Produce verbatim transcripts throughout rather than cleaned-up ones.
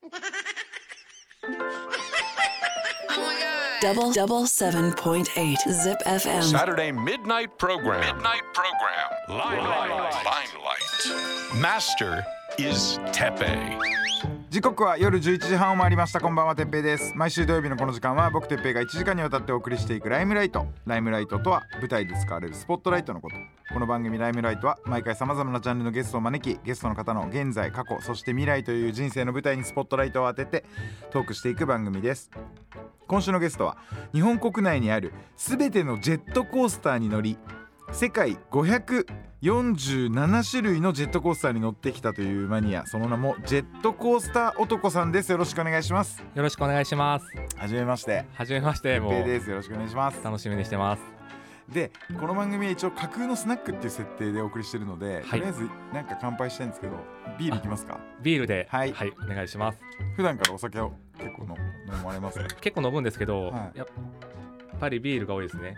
Double double seven point eight Zip エフエム Saturday midnight program. Midnight program. Limelight. Limelight. Master is Teppei. 時刻は夜じゅういちじはんを回りました。こんばんは、てっぺいです。毎週土曜日のこの時間は僕てっぺいがいちじかんにわたってお送りしていくライムライト。ライムライトとは舞台で使われるスポットライトのこと。この番組ライムライトは毎回さまざまなジャンルのゲストを招き、ゲストの方の現在、過去、そして未来という人生の舞台にスポットライトを当ててトークしていく番組です。今週のゲストは日本国内にある全てのジェットコースターに乗り、世界ごひゃくよんじゅうななしゅるいのジェットコースターに乗ってきたというマニア、その名もジェットコースター男さんです。よろしくお願いします。 よろしくお願いします。 はじめまして。 はじめまして。もうです。よろしくお願いします。 楽しみにしてます。 で、この番組は一応架空のスナックっていう設定でお送りしてるので、はい、とりあえずなんか乾杯したいんですけど、ビールいきますか？ ビールで、 はい、 はい、お願いします。 普段からお酒を結構の飲まれますね。 結構飲むんですけど、 はい、 やっぱりビールが多いですね。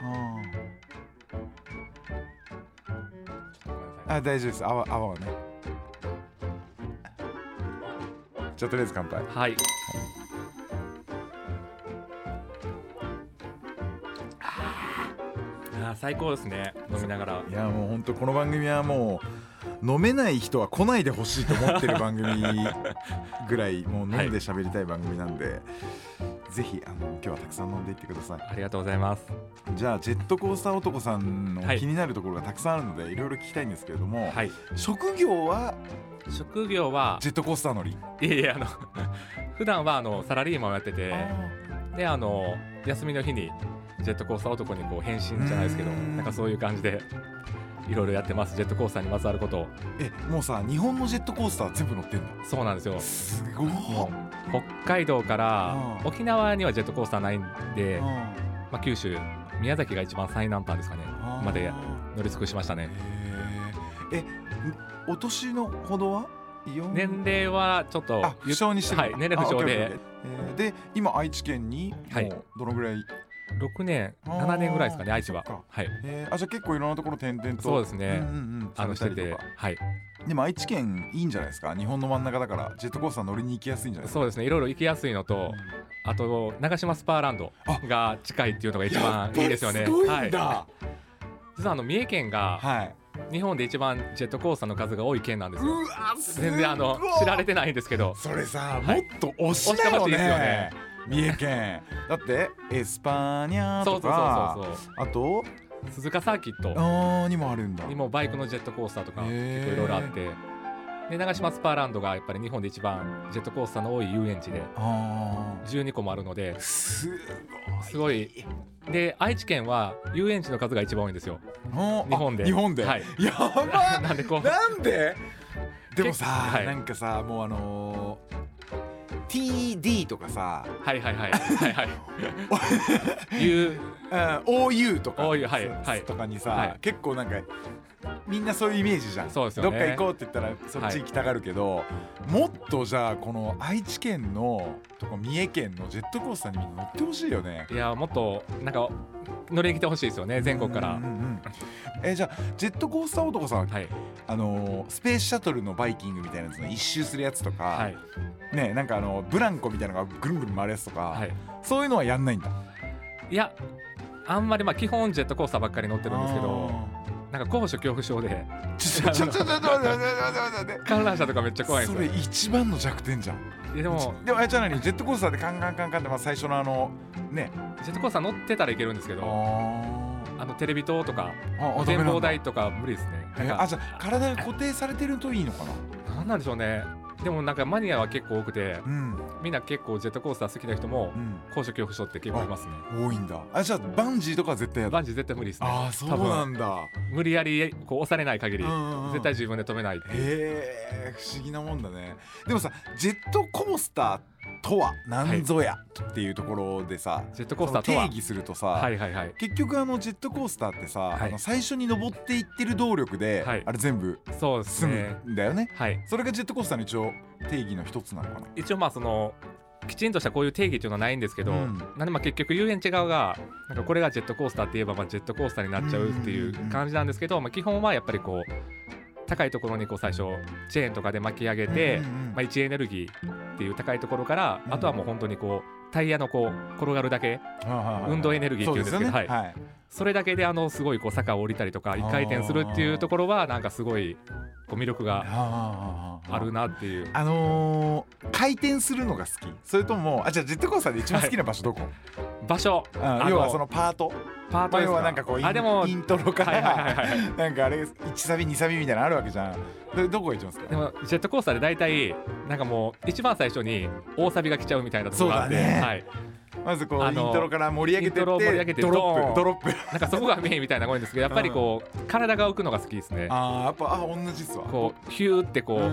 ああ、大丈夫です。泡、泡はね。じゃあとりあえず乾杯。 はい。ああ、最高ですね。飲みながら。 いや、もう本当この番組はもう飲めない人は来ないでほしいと思ってる番組ぐらいもう飲んで喋りたい番組なんで、はい、ぜひあの今日はたくさん飲んでいってください。 ありがとうございます。 じゃあジェットコースター男さんの気になるところがたくさんあるので、はい、いろいろ聞きたいんですけれども、はい、職業は職業はジェットコースター乗り。 いやいや、あの普段はあのサラリーマンをやってて、であの休みの日にジェットコースター男にこう変身じゃないですけど、なんかそういう感じでいろいろやってます。ジェットコースターにまつわることを。 え、もうさ、日本のジェットコースター全部乗ってんだ。 そうなんですよ。 すごい。 北海道から沖縄にはジェットコースターないんで、まあ、九州宮崎が一番最南端ですかねまで乗り尽くしましたね。 え、お年のほどは？ 年齢はちょっと不詳にしてる。 はい、年齢不詳で、 えー、で今愛知県にもうどのぐらい？ ろくねんななねんぐらいですかね、愛知は。はい。 えー、あ、じゃあ結構いろんなところ転々と。 そうですね、うんうんうん、 あのしてて、はい。でも愛知県いいんじゃないですか。日本の真ん中だからジェットコースター乗りに行きやすいんじゃないですか。 そうですね、いろいろ行きやすいのと、うん、あと長島スパーランドが近いっていうのが一番いいですよね。 すごいんだ。 はい、実はあの三重県が、はい、日本で一番ジェットコースターの数が多い県なんですよ。 うわ、 全然あの知られてないんですけど。 それさ、はい、もっと推してよね。ですよね。三重県だってエスパーニャとか、そうそうそうそう、あと鈴鹿サーキットあにもあるんだ。 にもバイクのジェットコースターとか結構いろいろあって、で長島スパーランドがやっぱり日本で一番ジェットコースターの多い遊園地でじゅうにこもあるので、 すごいすごい。で愛知県は遊園地の数が一番多いんですよ、日本で。 日本で、 はい、 やばなんでこうなんででもさ、 はい、 なんかさ、もうあのーティーディー とかさ、 はいはいはいはいはいU オーユー とか、 はいはい、 とかにさ、 はい、 結構なんかみんなそういうイメージじゃん。 そうですよね。 どっか行こうって言ったらそっち行きたがるけど、はい、もっとじゃあこの愛知県のとか三重県のジェットコースターにみんな乗ってほしいよね。 いや、もっとなんか乗りに来てほしいですよね、全国から。 うんうんうん、えじゃあジェットコースター男さん、はい、あのー、スペースシャトルのバイキングみたいなやつの一周するやつとか、はい、ね、なんかあのブランコみたいなのがぐるんぐるん回るやつとか、はい、そういうのはやんないんだ。 いや、あんまり、まあ基本ジェットコースターばっかり乗ってるんですけど、なんか高所恐怖症でちょちょちょちょちょ観覧車とかめっちゃ怖いんですよ。 それ一番の弱点じゃん。 いやでもでもあれじゃないにジェットコースターでカンカンカンカンって、まあ最初のあのねジェットコースター乗ってたらいけるんですけど、あのテレビ塔とか展望台とか無理ですね。 なんかあ、じゃあ体が固定されてるといいのかな。 なんなんでしょうね。でもなんかマニアは結構多くて、うん、みんな結構ジェットコースター好きな人も、うん、高所恐怖症って結構いますね。 多いんだ。あ、じゃあバンジーとかは絶対やだ。 バンジー絶対無理ですね。 ああ、そうなんだ。 無理やりこう押されない限り、うんうん、絶対自分で止めないって。 へえ、不思議なもんだね。でもさ、ジェットコースターとは何ぞや、はい、っていうところでさ、 ジェットコースターとは定義するとさ、 はいはいはい、 結局あのジェットコースターってさ、はい、あの最初に登っていってる動力で、はい、あれ全部済むんだよね。はい、それがジェットコースターの一応定義の一つなのかな。 一応まあそのきちんとしたこういう定義っていうのはないんですけど、うん、なんでまあ結局遊園地側がなんかこれがジェットコースターって言えばまあジェットコースターになっちゃうっていう感じなんですけど、まあ基本はやっぱりこう高いところにこう最初チェーンとかで巻き上げて、まあ位置エネルギーっていう高いところから、 うん、 あとはもう本当にこうタイヤのこう転がるだけ、運動エネルギーっていうんですけど、 そうですよね、 はいはい、 それだけであのすごいこう坂を降りたりとか一回転するっていうところはなんかすごいこう魅力があるなっていう。 あのー、回転するのが好き、それともあじゃあジェットコースターで一番好きな場所どこ、はい、 場所、 あ要はそのパートパートですか、 要はなんかこうイン、 あでもイントロから、 はいはいはいはい、 なんかあれいちサビにサビみたいなのあるわけじゃん。でどこが一番ですか？ でもジェットコースターで大体なんかもう一番最初に大サビが来ちゃうみたいなところがあって、 そうだね、 はい、 まずこうイントロから盛り上げてってイントロを盛り上げてドロップドロップなんかそこがメインみたいなもんですけど、やっぱりこう、うん、体が浮くのが好きですね。 ああやっぱあ同じっすわ。 こうヒューってこう、 うん、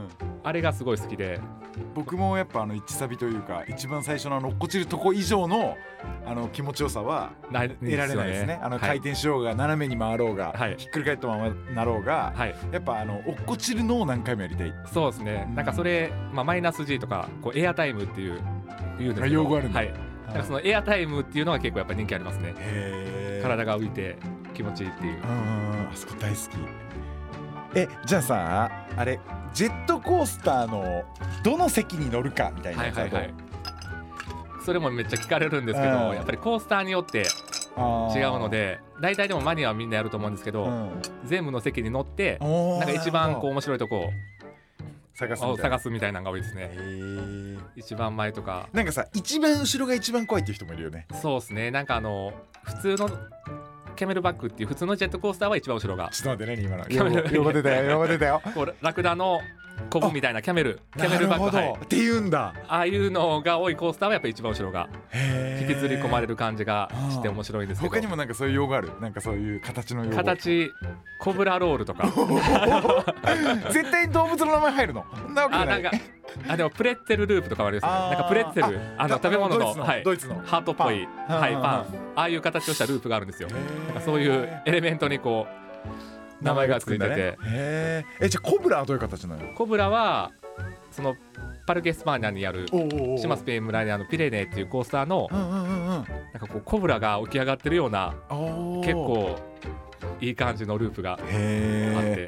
あれがすごい好きで、 僕もやっぱあの一サビというか一番最初の落っこちるとこ以上のあの気持ちよさは得られないですね。あの回転しようが、はい、斜めに回ろうが、はい、ひっくり返ったままなろうが、はい、やっぱあの落っこちるのを何回もやりたい。 そうですね、うん、なんかそれ、まあ、マイナス G とかこうエアタイムっていう言うんですけど、 用語あるんだ、 はい、だからそのエアタイムっていうのが結構やっぱ人気ありますね。へー、体が浮いて気持ちいいっていう。 うん、あそこ大好き。えじゃあさあれジェットコースターのどの席に乗るかみたいなやつはどう？はいはいはい、 それもめっちゃ聞かれるんですけど、やっぱりコースターによって違うので、大体でもマニアはみんなやると思うんですけど、うん、全部の席に乗ってなんか一番こう面白いとこを探すみたいな探すみたいなのが多いですね。一番前とか、 なんかさ一番後ろが一番怖いっていう人もいるよね。 そうですね、なんかあの普通のキャメルバックっていう普通のジェットコースターは一番後ろが、 ちょっと待ってね今の用語出たよ用語出たよこうラクダのコブみたいなキャメルキャメルバック、はい、 っていうんだ。 ああいうのが多いコースターはやっぱ一番後ろが引きずり込まれる感じがして面白いんですけど、 他にもなんかそういう用語ある？なんかそういう形の用語、 形コブラロールとか絶対に動物の名前入るの？なわけない。あなんかあでもプレッツェルループとかもありますね。なんかプレッツェル、あの食べ物のドイツのハートっぽいパン、はい、パン、ああいう形をしたループがあるんですよ。なんかそういうエレメントにこう名前がついてて、ね、 へえ。じゃあコブラはどういう形なの？ コブラはそのパルケ・スパーニャにあるシマスペイン村にあるピレネっていうコースターの、うんうんうんうん、なんかこうコブラが起き上がってるような結構いい感じのループがあって、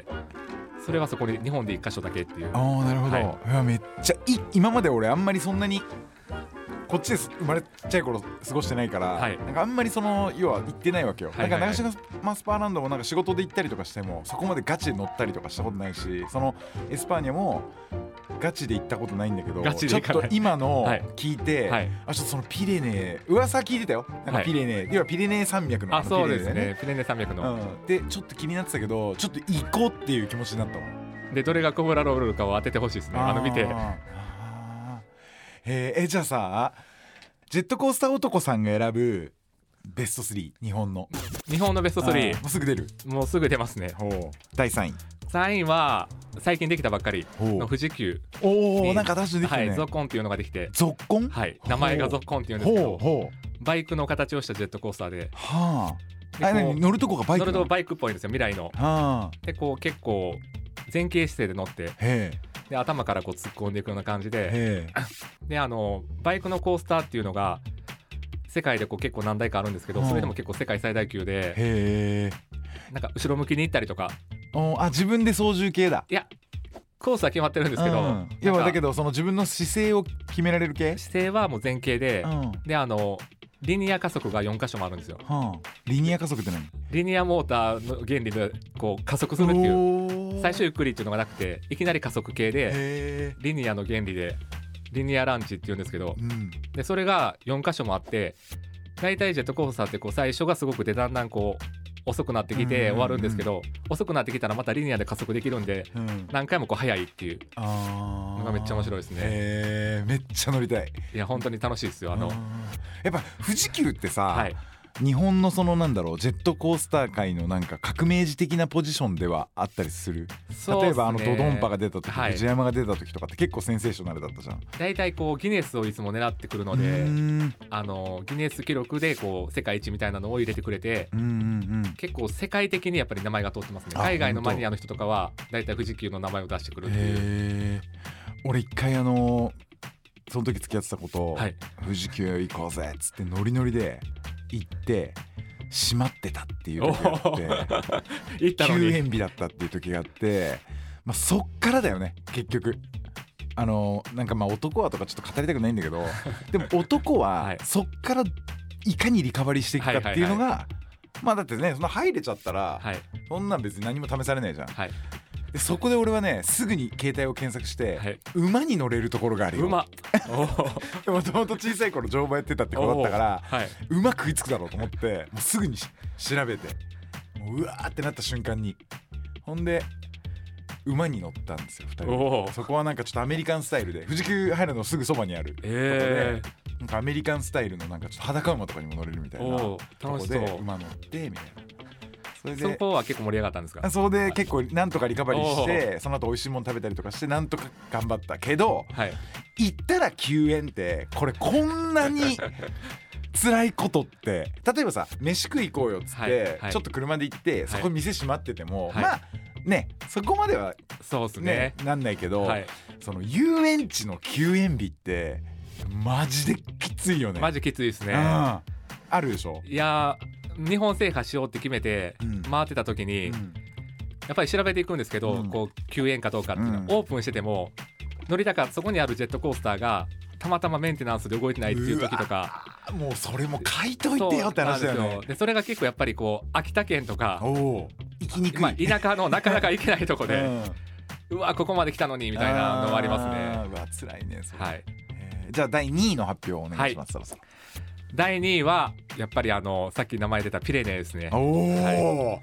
それはそこに日本で一箇所だけっていう。 ああなるほど、はい、うわめっちゃい今まで俺あんまりそんなにこっちで生まれちゃい頃過ごしてないから、はい、なんかあんまりその要は行ってないわけよ、はいはいはい、なんか長島スパーランドもなんか仕事で行ったりとかしてもそこまでガチで乗ったりとかしたことないし、そのエスパーニャもガチで行ったことないんだけど、ちょっと今の聞いて、はい、あちょっとそのピレネー噂聞いてたよ。なんかピレネー、はい、要はピレネー山脈のあのピレネー、ね、あそうですね、ピレネー山脈の、 うん、でちょっと気になってたけどちょっと行こうっていう気持ちになったわ。 でどれがコブラロールかを当ててほしいですね。あの見てえー、えじゃあさジェットコースター男さんが選ぶベストスリー、日本の日本のベストスリーもうすぐ出る？ もうすぐ出ますね。 だいさんいさんいは最近できたばっかりの富士急。 おおなんか新しいできたね、 はい、ゾッコンっていうのができて。 ゾッコン？ はい、名前がゾッコンっていうんですけど、ほうバイクの形をしたジェットコースターで、はあ、あ何乗るとこがバイク？ 乗るとバイクっぽいんですよ、未来の。はあ、でこう結構前傾姿勢で乗って、へで頭からこう突っ込んでいくような感じで、であのバイクのコースターっていうのが世界でこう結構何台かあるんですけど、それでも結構世界最大級で、へなんか後ろ向きに行ったりとか。 おあ自分で操縦系だ。 いやコースは決まってるんですけど、うん、 いやだけどその自分の姿勢を決められる系？ 姿勢はもう前傾で、うん、であのリニア加速がよん箇所もあるんですよ、はあ、 リニア加速って何？ リニアモーターの原理でこう加速するっていう、最初ゆっくりっていうのがなくていきなり加速系で、リニアの原理でリニアランチっていうんですけど、うん、でそれがよん箇所もあって、大体ジェットコースターってこう最初がすごくでだんだんこう遅くなってきて終わるんですけど、うんうんうん、遅くなってきたらまたリニアで加速できるんで、うん、何回もこう速いっていうのがめっちゃ面白いですね。 へーめっちゃ乗りたい。 いや本当に楽しいですよ。あのやっぱ富士急ってさ、はい、日本のそのなんだろうジェットコースター界のなんか革命児的なポジションではあったりする。 そうですね、 例えばあのドドンパが出た時、 はい、 藤山が出た時とかって結構センセーショナルだったじゃん。 だいたいこうギネスをいつも狙ってくるので、あのギネス記録でこう世界一みたいなのを入れてくれて、うんうんうん、結構世界的にやっぱり名前が通ってますね。海外のマニアの人とかはだいたい富士急の名前を出してくるっていう。 俺一回あのその時付き合ってたこと、はい、富士急行こうぜっつってノリノリで行って閉まってたっていう時があって休園日だったっていう時があって、まあ、そっからだよね結局。 あのなんかまあ男はとかちょっと語りたくないんだけどでも男はそっからいかにリカバリーしていくかっていうのが、はいはいはい、まあだってねその入れちゃったら、はい、そんなん別に何も試されないじゃん、はい、でそこで俺はねすぐに携帯を検索して、はい、馬に乗れるところがあるよ。馬もともと小さい頃乗馬やってたって子だったから、はい、馬食いつくだろうと思ってもうすぐに調べてもううわーってなった瞬間にほんで馬に乗ったんですよふたりで。そこはなんかちょっとアメリカンスタイルで富士急ハイランドのすぐそばにあるところで、えー、なんかアメリカンスタイルのなんかちょっと裸馬とかにも乗れるみたいなところで馬乗ってみたいな。それでそこは結構盛り上がったんですか？ それで結構なんとかリカバリーしてその後美味しいもの食べたりとかしてなんとか頑張ったけど、はい、行ったら救援ってこれこんなに辛いことって例えばさ飯食い行こうよっつって、はいはい、ちょっと車で行ってそこ店閉まってても、はい、まあねそこまでは、ね、 そうですねなんないけど、はい、その遊園地の休園日ってマジできついよね。 マジきついですね、うん、 あるでしょ。 いや日本制覇しようって決めて回ってた時に、うん、やっぱり調べていくんですけど、うん、こう休園かどうかっていうのは、うん、オープンしてても乗りたかそこにあるジェットコースターがたまたまメンテナンスで動いてないっていう時とかもうそれも書いといてよって話だよね。 そ う, でそれが結構やっぱりこう秋田県とか行きにくい、 まあ、田舎のなかなか行けないとこで、うん、うわここまで来たのにみたいなのもありますね。 うわ辛いねそれ、はいえー、じゃあだいにいの発表をお願いします、はい、そろそろだいにいはやっぱりあのさっき名前出たピレネーですね。 おー、 はい、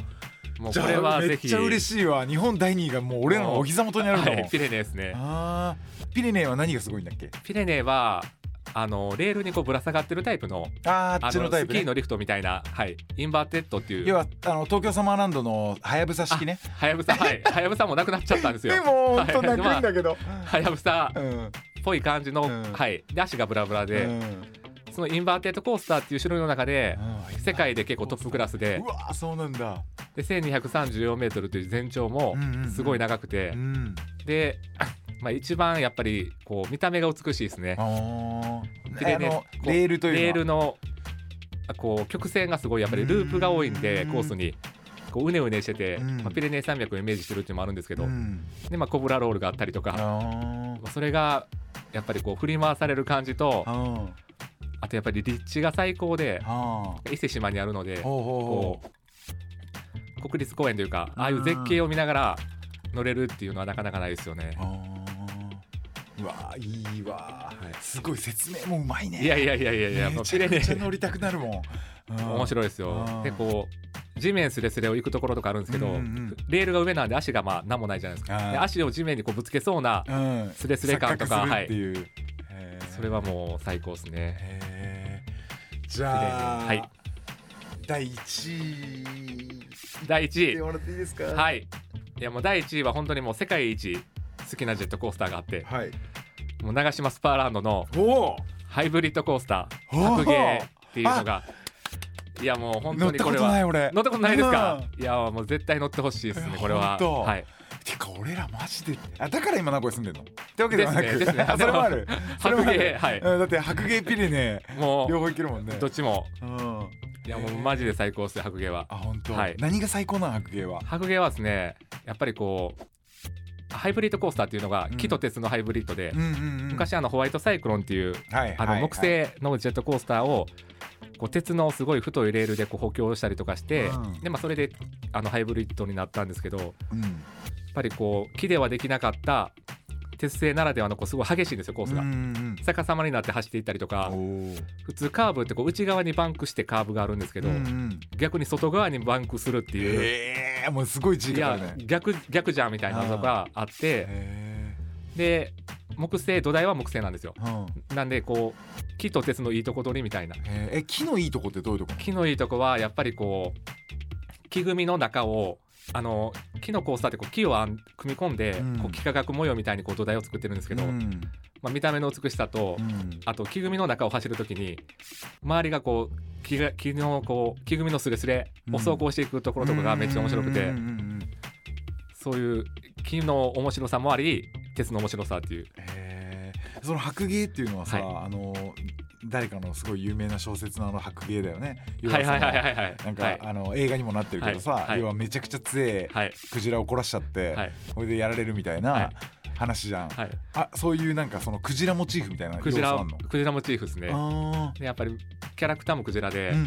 もうこれはぜひめっちゃ嬉しいわ。日本だいにいがもう俺らのお膝元にあるの、 はい、ピレネーですね。 あピレネーは何がすごいんだっけ？ ピレネーはあのレールにこうぶら下がってるタイプのああっちのタイプ、ね、 スキーのリフトみたいな、はい、インバーテッドっていう要はあの東京サマーランドのはやぶさ式ね。 はやぶさはいはやぶさもなくなっちゃったんですよ。 でもほんとなくんだけどはやぶさっぽい感じの、うん、はいで足がブラブラで、うん、そのインバーテッドコースターっていう種類の中で、うん、世界で結構トップクラスでうわそうなんだ。 でせんにひゃくさんじゅうよんメートルという全長もすごい長くて、うんうんうん、でまあ、一番やっぱりこう見た目が美しいですね。 あでねあのレールというのはレールのこう曲線がすごいやっぱりループが多いんでコースにこううねうねしてて、まあ、ピレネー山脈をイメージしてるっていうのもあるんですけど、で、まあ、コブラロールがあったりとかそれがやっぱりこう振り回される感じとあとやっぱり立地が最高で伊勢志摩にあるのでこう国立公園というかああいう絶景を見ながら乗れるっていうのはなかなかないですよね。 うわいいわ、はい、すごい説明もうまいね。 いやいやいやいやいやめちゃくちゃ乗りたくなるもん。 面白いですよ。でこう地面すれすれを行くところとかあるんですけど、うんうん、レールが上なんで足がまあ何もないじゃないですか。で足を地面にこうぶつけそうなスレスレ感とか、うん、はい、それはもう最高ですね。 へじゃあ、はい、だいいちいだいいちい言ってもらっていいですか？ はい、いやもうだいいちいは本当にもう世界一好きなジェットコースターがあって、はい、もう長島スパーランドのハイブリッドコースター白芸っていうのがいやもう本当にこれは乗ったことない俺。 乗ったことないですか？いやもう絶対乗ってほしいですねこれは。はい。 てか俺らマジであだから今名古屋住んでんのってわけではなくですねですねそれもある白芸はい、 うん、だって白芸ピレネもう両方いけるもんね。 どっちも、うん、いやもうマジで最高ですよ白芸は。 あ本当、はい、何が最高なの白芸は？ 白芸はですねやっぱりこうハイブリッドコースターっていうのが木と鉄のハイブリッドで、うんうんうんうん、昔あのホワイトサイクロンっていう、はい、あの木製のジェットコースターをこう鉄のすごい太いレールでこう補強したりとかして、うん、でまあそれであのハイブリッドになったんですけど、うん、やっぱりこう木ではできなかった鉄製ならではのこうすごい激しいんですよコースが、うんうん、逆さまになって走っていったりとか普通カーブってこう内側にバンクしてカーブがあるんですけど、うんうん、逆に外側にバンクするっていう、 えー、もうすごい違いだね。 逆逆じゃんみたいなのがあってで木製土台は木製なんですよ、うん、なんでこう木と鉄のいいとこ取りみたいな。 え木のいいとこってどういうとこ？ 木のいいとこはやっぱりこう木組みの中をあの木のコースターってこう木を組み込んで、うん、こう幾何学模様みたいにこう土台を作ってるんですけど、うんまあ、見た目の美しさと、うん、あと木組みの中を走るときに周りがこう 木, が木のこう木組みのスレスレを走行していくところとかがめっちゃ面白くて、うんうんうんうん、そういう木の面白さもあり鉄の面白さっていう。 へーその白芸っていうのはさ、はい、あの誰かのすごい有名な小説のあの白芸だよね。 はいはいはいはいはいなんか、はい、あの映画にもなってるけどさ、はい、要はめちゃくちゃ強いクジラを凝らしちゃって、はい、これでやられるみたいな話じゃん、 はい、 あそういうなんかそのクジラモチーフみたいな要クジラ素あんの？ クジラモチーフですね。 あでやっぱりキャラクターもクジラで、 うんうんうん、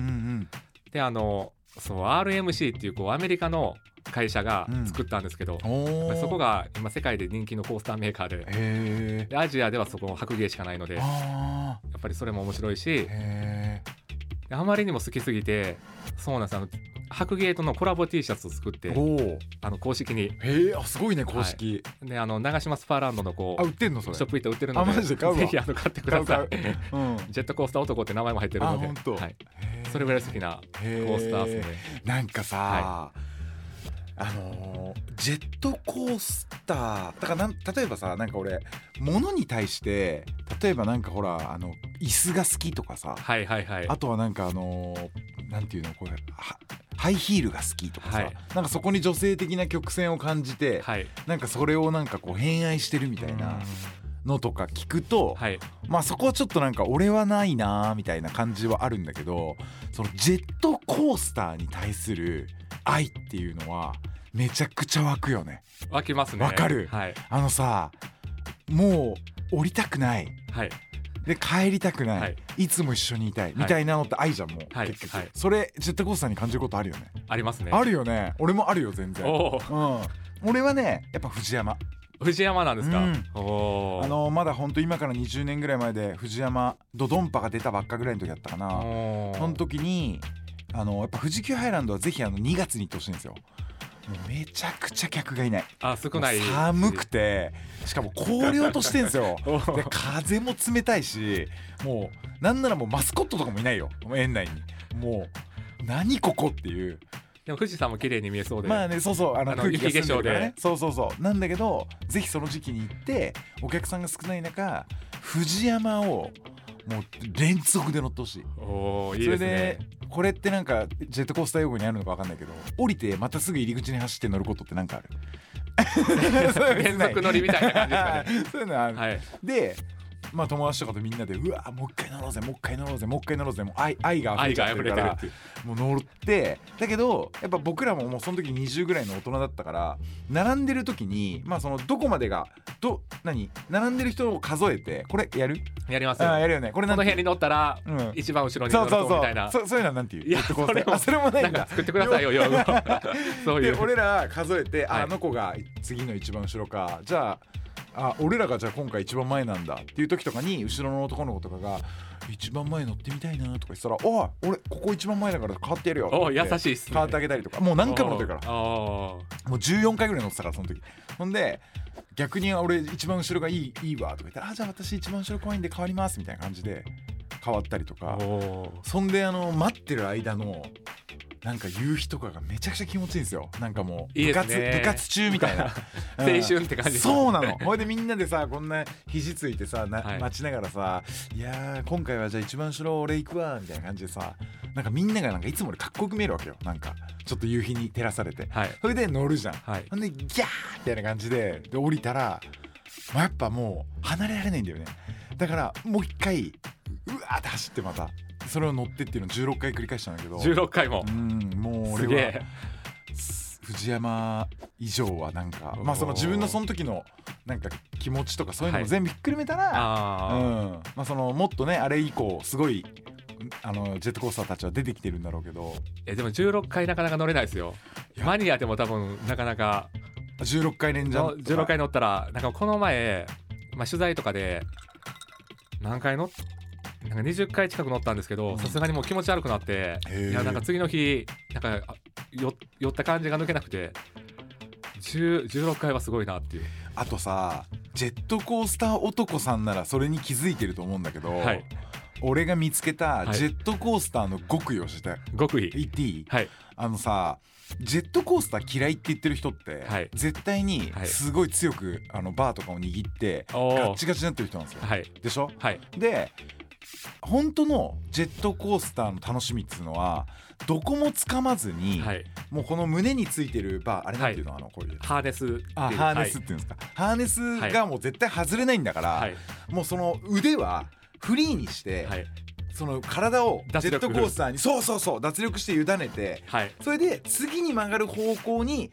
であのそう アールエムシー っていうこうアメリカの会社が作ったんですけど、 うん、 そこが今世界で人気のコースターメーカー で, へでアジアではそこ白芸しかないので、 あやっぱりそれも面白いし、 へあまりにも好きすぎて、そうなんです、あの白芸とのコラボ T シャツを作っておあの公式に、 へえ、あすごいね公式、 はい、であの長島スパーランドのこうあ売ってんのそれショップ行ったら売ってるので、 あマジで買うわぜひあの買ってください。 買う買う、うん、 ジェットコースター男って名前も入ってるので、 あ本当、 はい、それぐらい好きなコースターですね。 なんかさ、 はあのー、ジェットコースターだからなん例えばさ、なんか俺物に対して例えばなんかほらあの椅子が好きとかさ、 はいはいはい、 あとはなんかあのー、なんていうのこれはハイヒールが好きとかさ、 はい、 なんかそこに女性的な曲線を感じて、はい、なんかそれをなんかこう偏愛してるみたいなのとか聞くと、はい、まあそこはちょっとなんか俺はないなみたいな感じはあるんだけど、そのジェットコースターに対する愛っていうのはめちゃくちゃ湧くよね。 湧きますね。 わかる、はい、あのさもう降りたくない、はい、で帰りたくない、はい、いつも一緒にいたい、はい、みたいなのって愛じゃんもう、はい、結局、はい、それジェットコースターに感じることあるよね。 ありますね。 あるよね。俺もあるよ全然。お、うん、俺はねやっぱ藤山藤山なんですか、うん、 おあのまだほんと今からにじゅうねんぐらい前で藤山ドドンパが出たばっかぐらいの時だったかな。その時にあのやっぱ富士急ハイランドはぜひあのにがつに行ってほしいんですよ。もうめちゃくちゃ客がいない。 あ少ない。 寒くてしかも氷落としてんですよで風も冷たいし、もうなんならもうマスコットとかもいないよ園内に。もう何ここっていう。 でも富士山も綺麗に見えそうで、 まあね、そうそうあのあの雪化粧で、 そうそうそうなんだけど、ぜひその時期に行ってお客さんが少ない中藤山をもう連続で乗ってほしい。 おーいいですね。 それでこれってなんかジェットコースター用語にあるのか分かんないけど、降りてまたすぐ入り口に走って乗ることってなんかある連続乗りみたいな感じですかねそういうのある、はい、でまあ友達とかとみんなでうわもう一回乗ろうぜもう一回乗ろうぜもう一回乗ろうぜもう 愛, 愛が溢れちゃってるからもう乗ってだけどやっぱ僕らももうその時にじゅうぐらいの大人だったから並んでる時にまあそのどこまでがど何並んでる人を数えてこれやるやりますよ。 あやるよね。これこの辺に乗ったら、うん、一番後ろに乗るとみたいな。 そうそうそうそうそういうのはなんていう。 いやそれもあそれもないんだ。 なんか作ってくださいよ用語そういうで俺ら数えて、 はい、 あの子が次の一番後ろかじゃああ俺らがじゃあ今回一番前なんだっていう時とかに後ろの男の子とかが一番前乗ってみたいなとか言ったらおい俺ここ一番前だから変わってやるよお優しいっすね。 変わってあげたりとかもう何回も乗ってるからもうじゅうよんかいぐらい乗ってたからその時。ほんで逆に俺一番後ろがいいいいわとか言ったらあじゃあ私一番後ろ怖いんで変わりますみたいな感じで変わったりとか。そんであの待ってる間のなんか夕日とかがめちゃくちゃ気持ちいいんですよ。なんかもう部活いいですね。 部活中みたいな青春って感じ。 そうなの。ほいでみんなでさこんな肘ついてさな、 はい、 待ちながらさいや今回はじゃあ一番後ろ俺行くわみたいな感じでさなんかみんながなんかいつもよりかっこよく見えるわけよ。なんかちょっと夕日に照らされて、はい、それで乗るじゃん、はい、ほんでギャーみたいな感じでで降りたら、まあ、やっぱもう離れられないんだよね。だからもう一回うわーって走ってまたそれを乗ってっていうのをじゅうろっかい繰り返したんだけどじゅうろっかいもうんもう俺は藤山以上はなんかまあその自分のその時のなんか気持ちとかそういうのも全部ひっくるめたら、はいうんまあ、そのもっとねあれ以降すごいあのジェットコースターたちは出てきてるんだろうけどえでもじゅうろっかいなかなか乗れないですよ。マニアでも多分なかなかじゅうろっかい連チャンじゅうろっかい乗ったらなんかこの前、まあ、取材とかで何回乗っなんかにじゅっかい近く乗ったんですけどさすがにもう気持ち悪くなっていやなんか次の日なんかよ酔った感じが抜けなくてじゅう、じゅうろっかいはすごいなっていう。 あとさジェットコースター男さんならそれに気づいてると思うんだけど、はい、俺が見つけたジェットコースターの極意をして、はい、 極意言っていい、 はい、 あのさジェットコースター嫌いって言ってる人って、はい、絶対にすごい強くあのバーとかを握ってガッチガチになってる人なんですよ、はい、でしょ、はい、で本当のジェットコースターの楽しみっていうのはどこもつかまずに、はい、もうこの胸についてるバーあれなんていうの、はい、あのこういうハーネスあハーネスっていうんですか、はい、ハーネスがもう絶対外れないんだから、はい、もうその腕はフリーにして、はい、その体をジェットコースターにそうそうそう脱力して委ねて、はい、それで次に曲がる方向に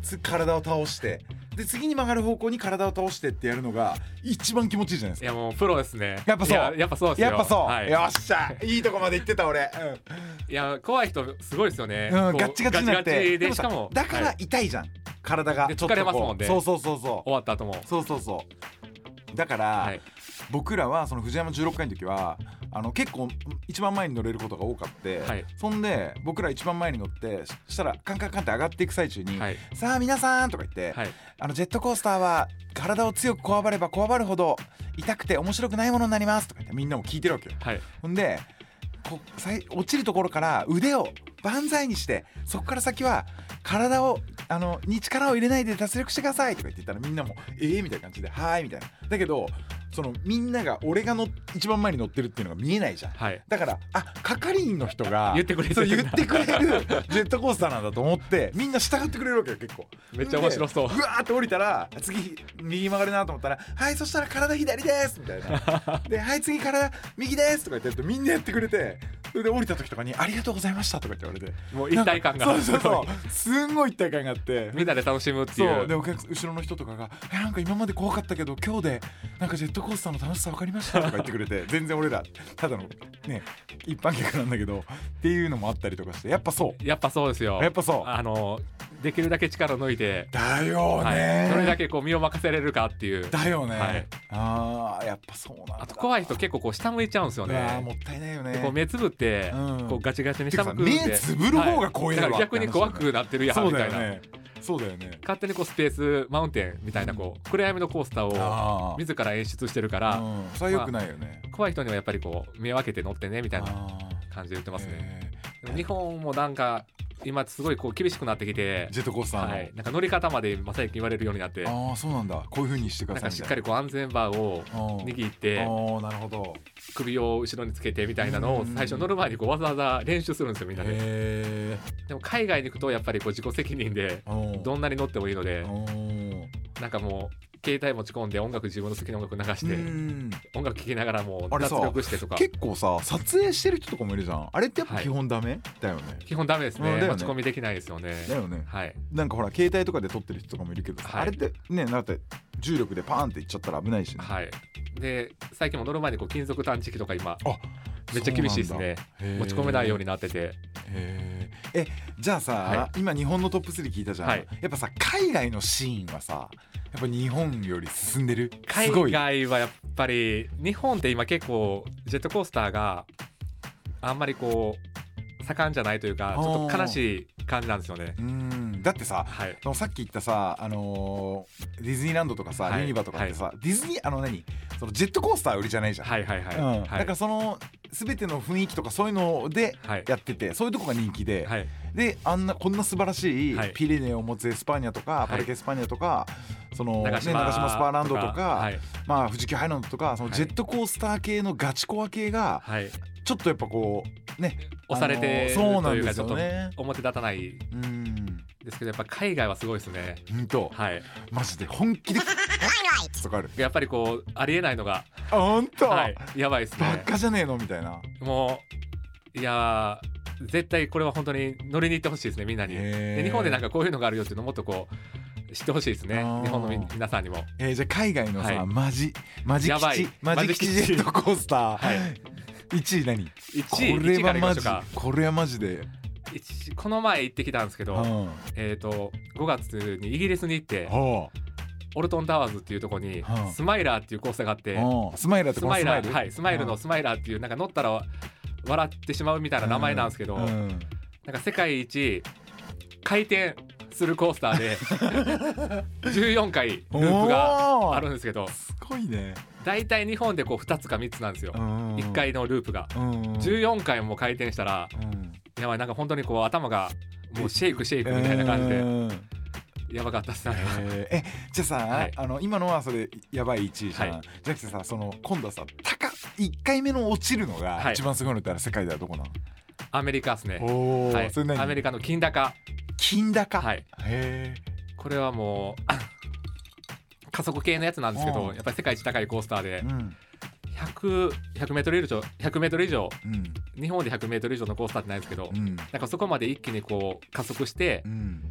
つ体を倒してで次に曲がる方向に体を倒してってやるのが一番気持ちいいじゃないですか。 いやもうプロですね。 やっぱそういややっぱそうですよ。 やっぱそう、 はい、 よっしゃいいとこまで行ってた俺、 いや怖い人すごいですよね、 うん、 こうガッチガチになってガチガチでもしかもだから痛いじゃん、はい、体がで疲れますもんね。 そうそうそうそう終わった後もそうそうそうだから、はい、僕らはその藤山じゅうろっかいの時はあの結構一番前に乗れることが多かって、はい、そんで僕ら一番前に乗ってしたらカンカンカンって上がっていく最中に、はい、さあ皆さんとか言って、はい、あのジェットコースターは体を強くこわばればこわばるほど痛くて面白くないものになりますとか言ってみんなも聞いてるわけよ、はい、ほんでこ落ちるところから腕を万歳にしてそこから先は体をあのに力を入れないで脱力してくださいとか言って言ったらみんなもえーみたいな感じではーいみたいな。だけどそのみんなが俺がの一番前に乗ってるっていうのが見えないじゃん、はい、だからあ係員の人が言ってくれてそう言ってくれるジェットコースターなんだと思ってみんな従ってくれるわけよ結構。 めっちゃ面白そう。 うわーって降りたら次右曲がるなと思ったらはいそしたら体左ですみたいなではい次体右ですとか言ってやるとみんなやってくれてそれで降りた時とかにありがとうございましたとか言って言われてもう一体感がそうそうそうすんごい一体感があってみんなで楽しむっていう。 そうでお客後ろの人とかがえなんか今まで怖かったけど今日でなんかジェットコースターの楽しさ分かりましたとか言ってくれて全然俺らただのね一般客なんだけどっていうのもあったりとかしてやっぱそうやっぱそうですよ。 やっぱそうあのできるだけ力を抜いてだよね、 はい、どれだけこう身を任せれるかっていうだよね、 はい、 あやっぱそうなんだ。 あと怖い人結構こう下向いちゃうんですよね。 あもったいないよね。 でこう目つぶって、うん、こうガチガチに下向くんで目つぶる方が怖いわ、はい、 逆に怖くなってるやんみたいな。 そうだよね。 勝手にこうスペースマウンテンみたいなこう、うん、暗闇のコースターを自ら演出してるから、 うん、それは良くないよね、 まあ、怖い人にはやっぱりこう目を開けて乗ってねみたいな感じで言ってますね。でも日本もなんか今すごいこう厳しくなってきてジェットコースターの、はい、 なんか乗り方まで最近言われるようになって、 ああそうなんだこういう風にしてくださいみたいな、なんかしっかりこう安全バーを握ってあなるほど首を後ろにつけてみたいなのを最初乗る前にこうわざわざ練習するんですよみんなで。へでも海外に行くとやっぱりこう自己責任でどんなに乗ってもいいのでなんかもう携帯持ち込んで音楽自分の好きな音楽流して音楽聴きながらもう脱力してとか。 結構さ撮影してる人とかもいるじゃん。あれってやっぱ基本ダメ、はい、だよね。 基本ダメですね、 ね持ち込みできないですよね。 だよね、 はい、 なんかほら携帯とかで撮ってる人とかもいるけどさ、はい、あれってねだって重力でパーンっていっちゃったら危ないしね。 はいで最近も乗る前にこう金属探知機とか今めっちゃ厳しいですね。持ち込めないようになってて。 へえじゃあさ、はい、今日本のトップスリー聞いたじゃん、はい、やっぱさ海外のシーンはさやっぱ日本より進んでる。 海外はやっぱり日本って今結構ジェットコースターがあんまりこう盛んじゃないというかちょっと悲しい感じなんですよね。 うんだってさ、はい、さっき言ったさ、あのー、ディズニーランドとかさ、はい、ユニバとかってさ、はい、ディズニーあの何そのジェットコースター売りじゃないじゃん。はいはいはい、うんはい、だからその全ての雰囲気とかそういうのでやってて、はい、そういうとこが人気で、はい、であんなこんな素晴らしいピレネを持つエスパーニャとか、はい、パルケエスパーニャとかその、ね、長島スパーランドとか、はい、まあ富士急ハイランドとかそのジェットコースター系のガチコア系が、はい、ちょっとやっぱこうね押されてるというかちょっと表立たない。 うんですけどやっぱ海外はすごいですね。 ほんと、 はい、 マジで本気でやっぱりこうありえないのがあほんと、 はい、やばいですね。 バッカじゃねえのみたいな。 もういや絶対これは本当に乗りに行ってほしいですねみんなに。で日本でなんかこういうのがあるよっていうのをもっとこう知ってほしいですね日本の皆さんにも。 えー、じゃあ海外のさ、はい、マジマジやばいマジ吉ジェットコースター、はい、いちい何いちいこれはマジこれはマジでこの前行ってきたんですけど、うん、えーとごがつにイギリスに行って、はあ、オルトンタワーズっていうところに、はあ、スマイラーっていうコースターがあって、 はあ、スマイラーってスマイラー、はい、スマイルのスマイラーっていうなんか乗ったら笑ってしまうみたいな名前なんですけど、うんうん、なんか世界一回転するコースターでじゅうよんかいループがあるんですけどすごいね。 だいたい日本でこうふたつかみっつなんですよ、うんうん、いっかいのループが、うんうん、じゅうよんかいも回転したら、うんやばいなんか本当にこう頭がもうシェイクシェイクみたいな感じでやばかったっすね。 えー、えじゃあさ、はい、あの今のはそれやばいいちいじゃん、はい、じゃなくてさその今度はさ高いっかいめの落ちるのが一番すごいのって世界ではどこなの？ アメリカですね。 お、 はい、それ何？アメリカの金高。 金高、 はい、 へこれはもう加速系のやつなんですけどやっぱり世界一高いコースターで、うんひゃく、ひゃくメートル以上、ひゃくメートル以上、うん、日本でひゃくメートル以上のコースターってないんですけど、うん、なんかそこまで一気にこう加速して、うん、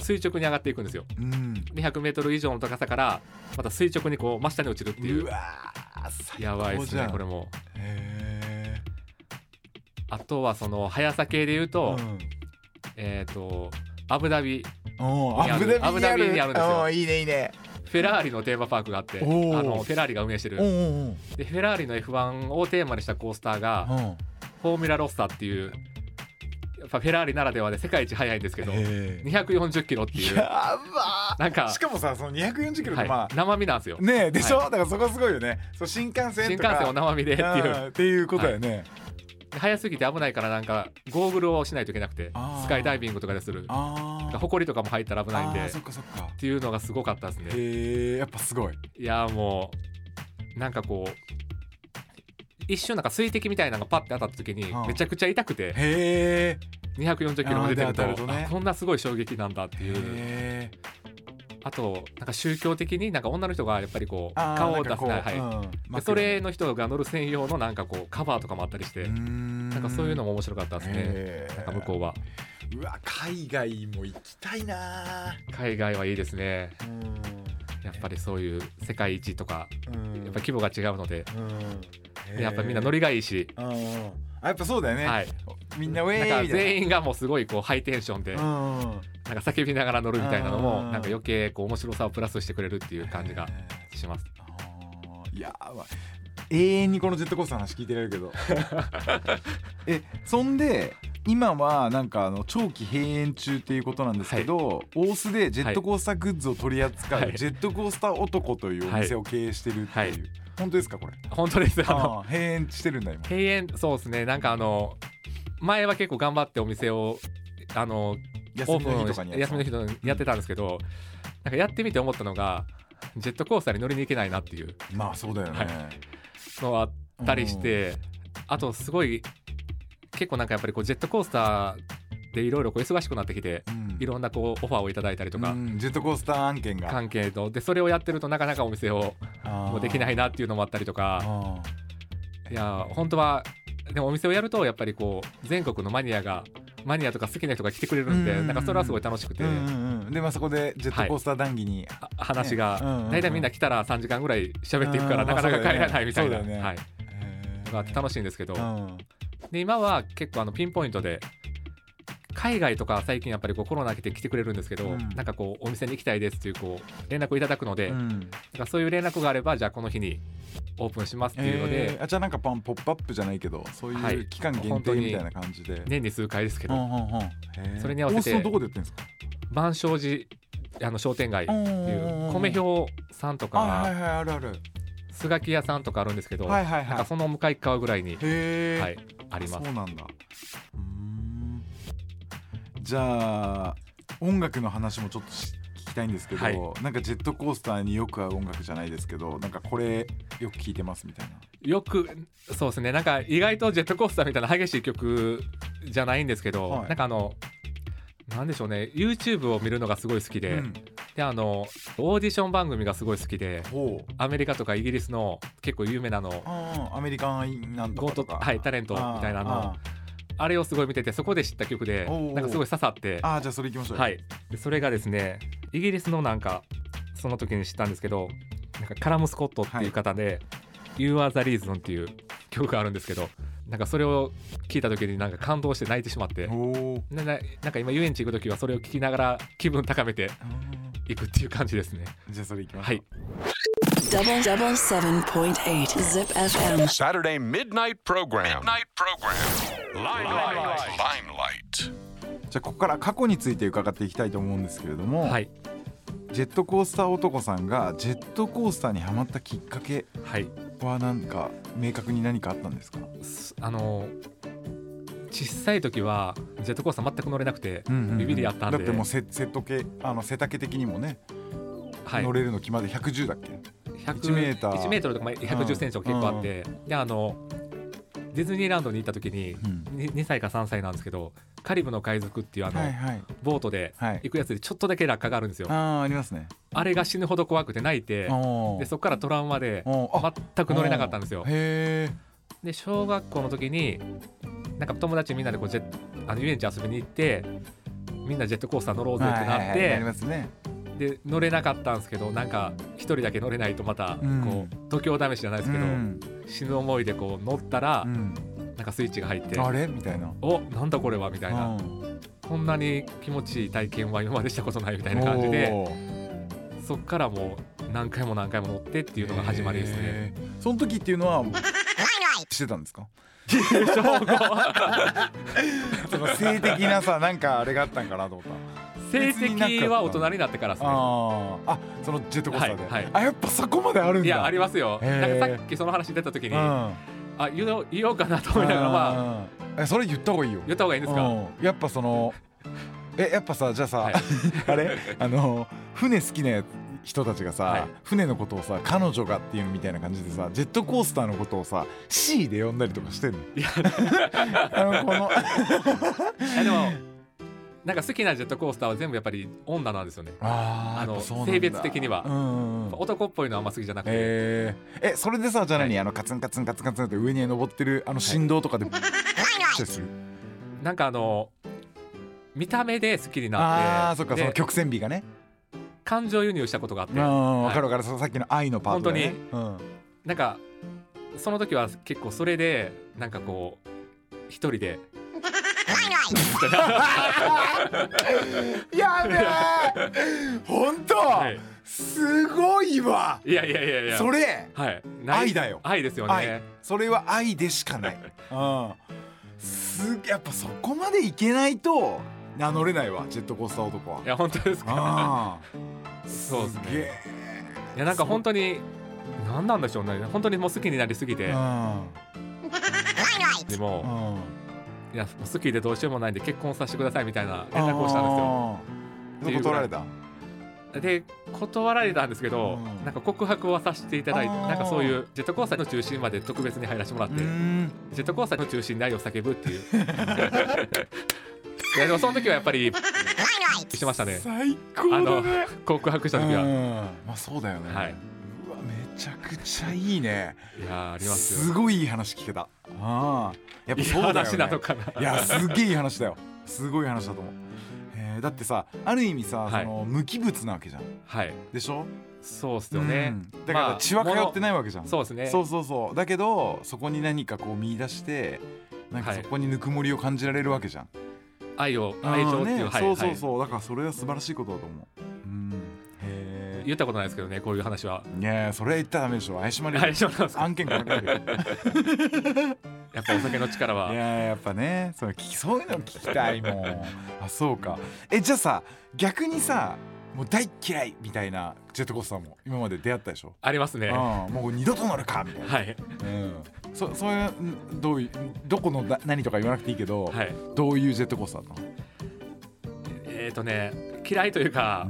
垂直に上がっていくんですよ、 うん、 にひゃくメートル以上の高さからまた垂直にこう真下に落ちるっていう。 うわーやばいですねこれも。 へあとはその速さ系で言うと、 ー、うん、 えっ、ー、とアブダビおーアブダビにあるアブダビにあるんですよ。 おーいいねいいね。 フェラーリのテーマパークがあって、あおーのフェラーリが運営してるおーおーでフェラーリの エフワン をテーマにしたコースターがおーフォーミュラロッサっていうやっぱフェラーリならではで世界一速いんですけどへーにひゃくよんじゅっキロっていうやばーなんかしかもさそのにひゃくよんじゅっキロってまあ、 はい、生身なんですよ。 ねえでしょ、 はだからそこすごいよね。そう新幹線とか新幹線を生身でっていううんっていうことだよね、 速すぎて危ないからなんかゴーグルをしないといけなくてあースカイダイビングとかでするああホコリとかも入ったら危ないんであーっそっかそっか。 ていうのがすごかったですね。 へえやっぱすごい。 いやーもうなんかこう一瞬なんか水滴みたいなのがパッて当たった時にうんめちゃくちゃ痛くてへえにひゃくよんじゅっキロも出てるとあーで当たるとねあこんなすごい衝撃なんだっていう。 へえあとなんか宗教的になんか女の人がやっぱりこうあー顔を出すなんない、 かこうはいうんでそれの人が乗る専用のなんかこうカバーとかもあったりしてうーんなんかそういうのも面白かったですね。 へーなんか向こうはうわ海外も行きたいな海外はいいですね。 うんやっぱりそういう世界一とかうんやっぱ規模が違うのでうんでやっぱみんなノリがいいし、 うんうんあやっぱそうだよね、 はい、 みんなウェーイなんかみたい全員がもうすごいこうハイテンションでななんうんか叫びながら乗るみたいなのもうんなんか余計こう面白さをプラスしてくれるっていう感じがへーします。 あーいやーわ永遠にこのジェットコースターの話聞いてられるけどえそんで今はなんかあの長期閉園中っていうことなんですけど、大須でジェットコースターグッズを取り扱う、 はいジェットコースター男というお店を経営してるっていう、 はい本当ですかこれ？ 本当ですあのあー閉園してるんだ今。 閉園そうですねなんかあの前は結構頑張ってお店をあの休みの日とかにや休みの日とかにやってたんですけどなんかやってみて思ったのがジェットコースターに乗りに行けないなっていうまあそうだよね、 はいのがあったりしてあとすごい結構なんかやっぱりこうジェットコースターでいろいろ忙しくなってきてうんいろんなこうオファーをいただいたりとかうんジェットコースター案件が関係のでそれをやってるとなかなかお店をもうできないなっていうのもあったりとかあいや本当はでもお店をやるとやっぱりこう全国のマニアがマニアとか好きな人が来てくれるんでうんうんうんなんかそれはすごい楽しくてーうんうんうんでまあそこでジェットコースター談義に、 あ話がねうんうんうん大体みんな来たらさんじかんぐらい喋っていくからうんなかなか帰らないみたいなそうだよねはいへーのがあって楽しいんですけどうんで今は結構あのピンポイントで海外とか最近やっぱりこうコロナ来て来てくれるんですけど、 うんなんかこうお店に行きたいですっていうこう連絡をいただくので、 うんなんかそういう連絡があればじゃあこの日にオープンしますっていうので、 えーあじゃあなんかパンポップアップじゃないけどそうはいいう期間限定みたいな感じで、 年に数回ですけど、 うんうんうんへーそれに合わせて大須のどこでやってるんですか？ 万象寺あの商店街っていううん米表さんとあはいかはいあるあるスガキ屋さんとかあるんですけど、 はいはいはいなんかその向かい側ぐらいに、 へえ、 はい、ありますそうなんだうーんじゃあ音楽の話もちょっとし聞きたいんですけど、 はいなんかジェットコースターによく合う音楽じゃないですけどなんかこれよく聞いてますみたいなよくそうですねなんか意外とジェットコースターみたいな激しい曲じゃないんですけど、 はいなんかあのなんでしょうね YouTube を見るのがすごい好きで、 うんであのオーディション番組がすごい好きでほうアメリカとかイギリスの結構有名なのあーアメリカンなんとゴートかとかはいタレントみたいなのああれをすごい見ててそこで知った曲でおうおうなんかすごい刺さってーあーじゃあそれ行きましょうよはいでそれがですねイギリスのなんかその時に知ったんですけどなんかカラム・スコットっていう方で、You Are the Reason っていう曲があるんですけどなんかそれを聞いた時になんか感動して泣いてしまっておーなななんか今遊園地行く時はそれを聞きながら気分高めていくっていう感じですね。 じゃあそれ行きましょうはい Double double seven point eight Zip エフエム Saturday midnight program. Midnight program. Limelight. Limelight. じゃあここから過去について伺っていきたいと思うんですけれども、 はいジェットコースター男さんがジェットコースターにハマったきっかけはいはなんか明確に何かあったんですか？ すあの小さい時はジェットコースター全く乗れなくて、 うんうんうんビビりあったんでだってもうセセット系あの背丈的にもね、 はい乗れるの決まってひゃくじゅうだっけ？ ひゃくいちメーターいちメートルとかまあひゃくじゅっセンチとか結構あって、であのディズニーランドに行った時に、 うんににさいかさんさいなんですけどカリブの海賊っていうあの、 はいはいボートではい行くやつでちょっとだけ落下があるんですよ。 あーありますね。 あれが死ぬほど怖くて泣いておーでそこからトラウマでおーあ全く乗れなかったんですよ。 へで小学校の時になんか友達みんなでこうジェットあの遊園地遊びに行ってみんなジェットコースター乗ろうぜってなって、 はいはいはい、なりますね。 で乗れなかったんですけど、なんか一人だけ乗れないとまたこう、 うん、 度胸試しじゃないですけど、うん、死ぬ思いでこう乗ったら、うん、なんかスイッチが入ってあれみたいな、 おなんだこれはみたいな、うん、こんなに気持ちいい体験は今までしたことないみたいな感じで、そっからもう何回も何回も乗ってっていうのが始まりですね。 その時っていうのはしてたんですか？その性的なさ、なんかあれがあったんかなと思った。 性的は大人になってからですね。 ああ、そのジェットコースターで、 はいはい、 あ、やっぱそこまであるんだ。 いやありますよ。なんかさっきその話出た時に、うん、あ言おう、言おうかなと思いながら、まあえそれ言った方がいいよ。 言った方がいいんですか？うん、 やっぱそのえやっぱさ、じゃあさ、はい、あれあの船好きなやつ人たちがさ、はい、船のことをさ彼女がっていうみたいな感じでさ、ジェットコースターのことをさ シー で呼んだりとかしてんの。いやあのこのいやでもなんか好きなジェットコースターは全部やっぱり女なんですよね。 ああの性別的には、うんうん、男っぽいのはあんま好きじゃなくて、 えー、えそれでさ、じゃあ何、はい、あのカツンカツンカツンカツンって上に登ってるあの振動とかで、はい、するなんかあの見た目で好きになって、 あーそっか、その曲線美がね、 感情輸入したことがあって、 あ、はい、分かる分かる、さっきの愛のパートね、 本当に、うん、なんかその時は結構それでなんかこう一人でやべえ本当、はい、すごいわ。 いやいやいやいや、 それ、はい、愛だよ。 愛ですよね。 愛、それは愛でしかない、うん、すやっぱそこまでいけないと名乗れないわ、ジェットコースター男は。 いや本当ですか？そうですね。いやなんか本当に何なんでしょうね、本当にもう好きになりすぎて、でも、うん、いや好きでどうしようもないんで結婚させてくださいみたいな連絡をしたんですよ。 断られた？ で断られたんですけど、うん、なんか告白はさせていただいて、なんかそういうジェットコースターの中心まで特別に入らせてもらって、ジェットコースターの中心で愛を叫ぶっていういやでもその時はやっぱりしてましたね。 最高だね、あの告白した時は。 まあそうだよね、 はい、 うわめちゃくちゃいいね。 いやありますよ、 すごいいい話聞けた。あやっぱそうだよね。いい話なのかな。いやすげえいい話だよ、すごい話だと思う。だってさ、ある意味さ、はい、その無機物なわけじゃん、はい、でしょ。 そうっすよね、うん、 だから血は通ってないわけじゃん、まあ、 そうですね。 そうそうそう、だけどそこに何かこう見出してなんかそこにぬくもりを感じられるわけじゃん、 はい、愛を愛情っていう、ね、はい、 そうそうそう、だからそれは素晴らしいことだと思う。うん、 へ言ったことないですけどね、こういう話は。 いやそれは言ったらダメでしょ、怪しまれる案件からかるよやっぱお酒の力は。 いややっぱね、そうそういうの聞きたいもんあそうか。えじゃあさ、逆にさもう大嫌いみたいなジェットコースターも今まで出会ったでしょ。 ありますね。 あもう二度と乗るかみたいな、はい、うん、そそういうどういうどこのだ何とか言わなくていいけど、はい、どういうジェットコースターなの？ えっ、ー、とね嫌いというか、うん、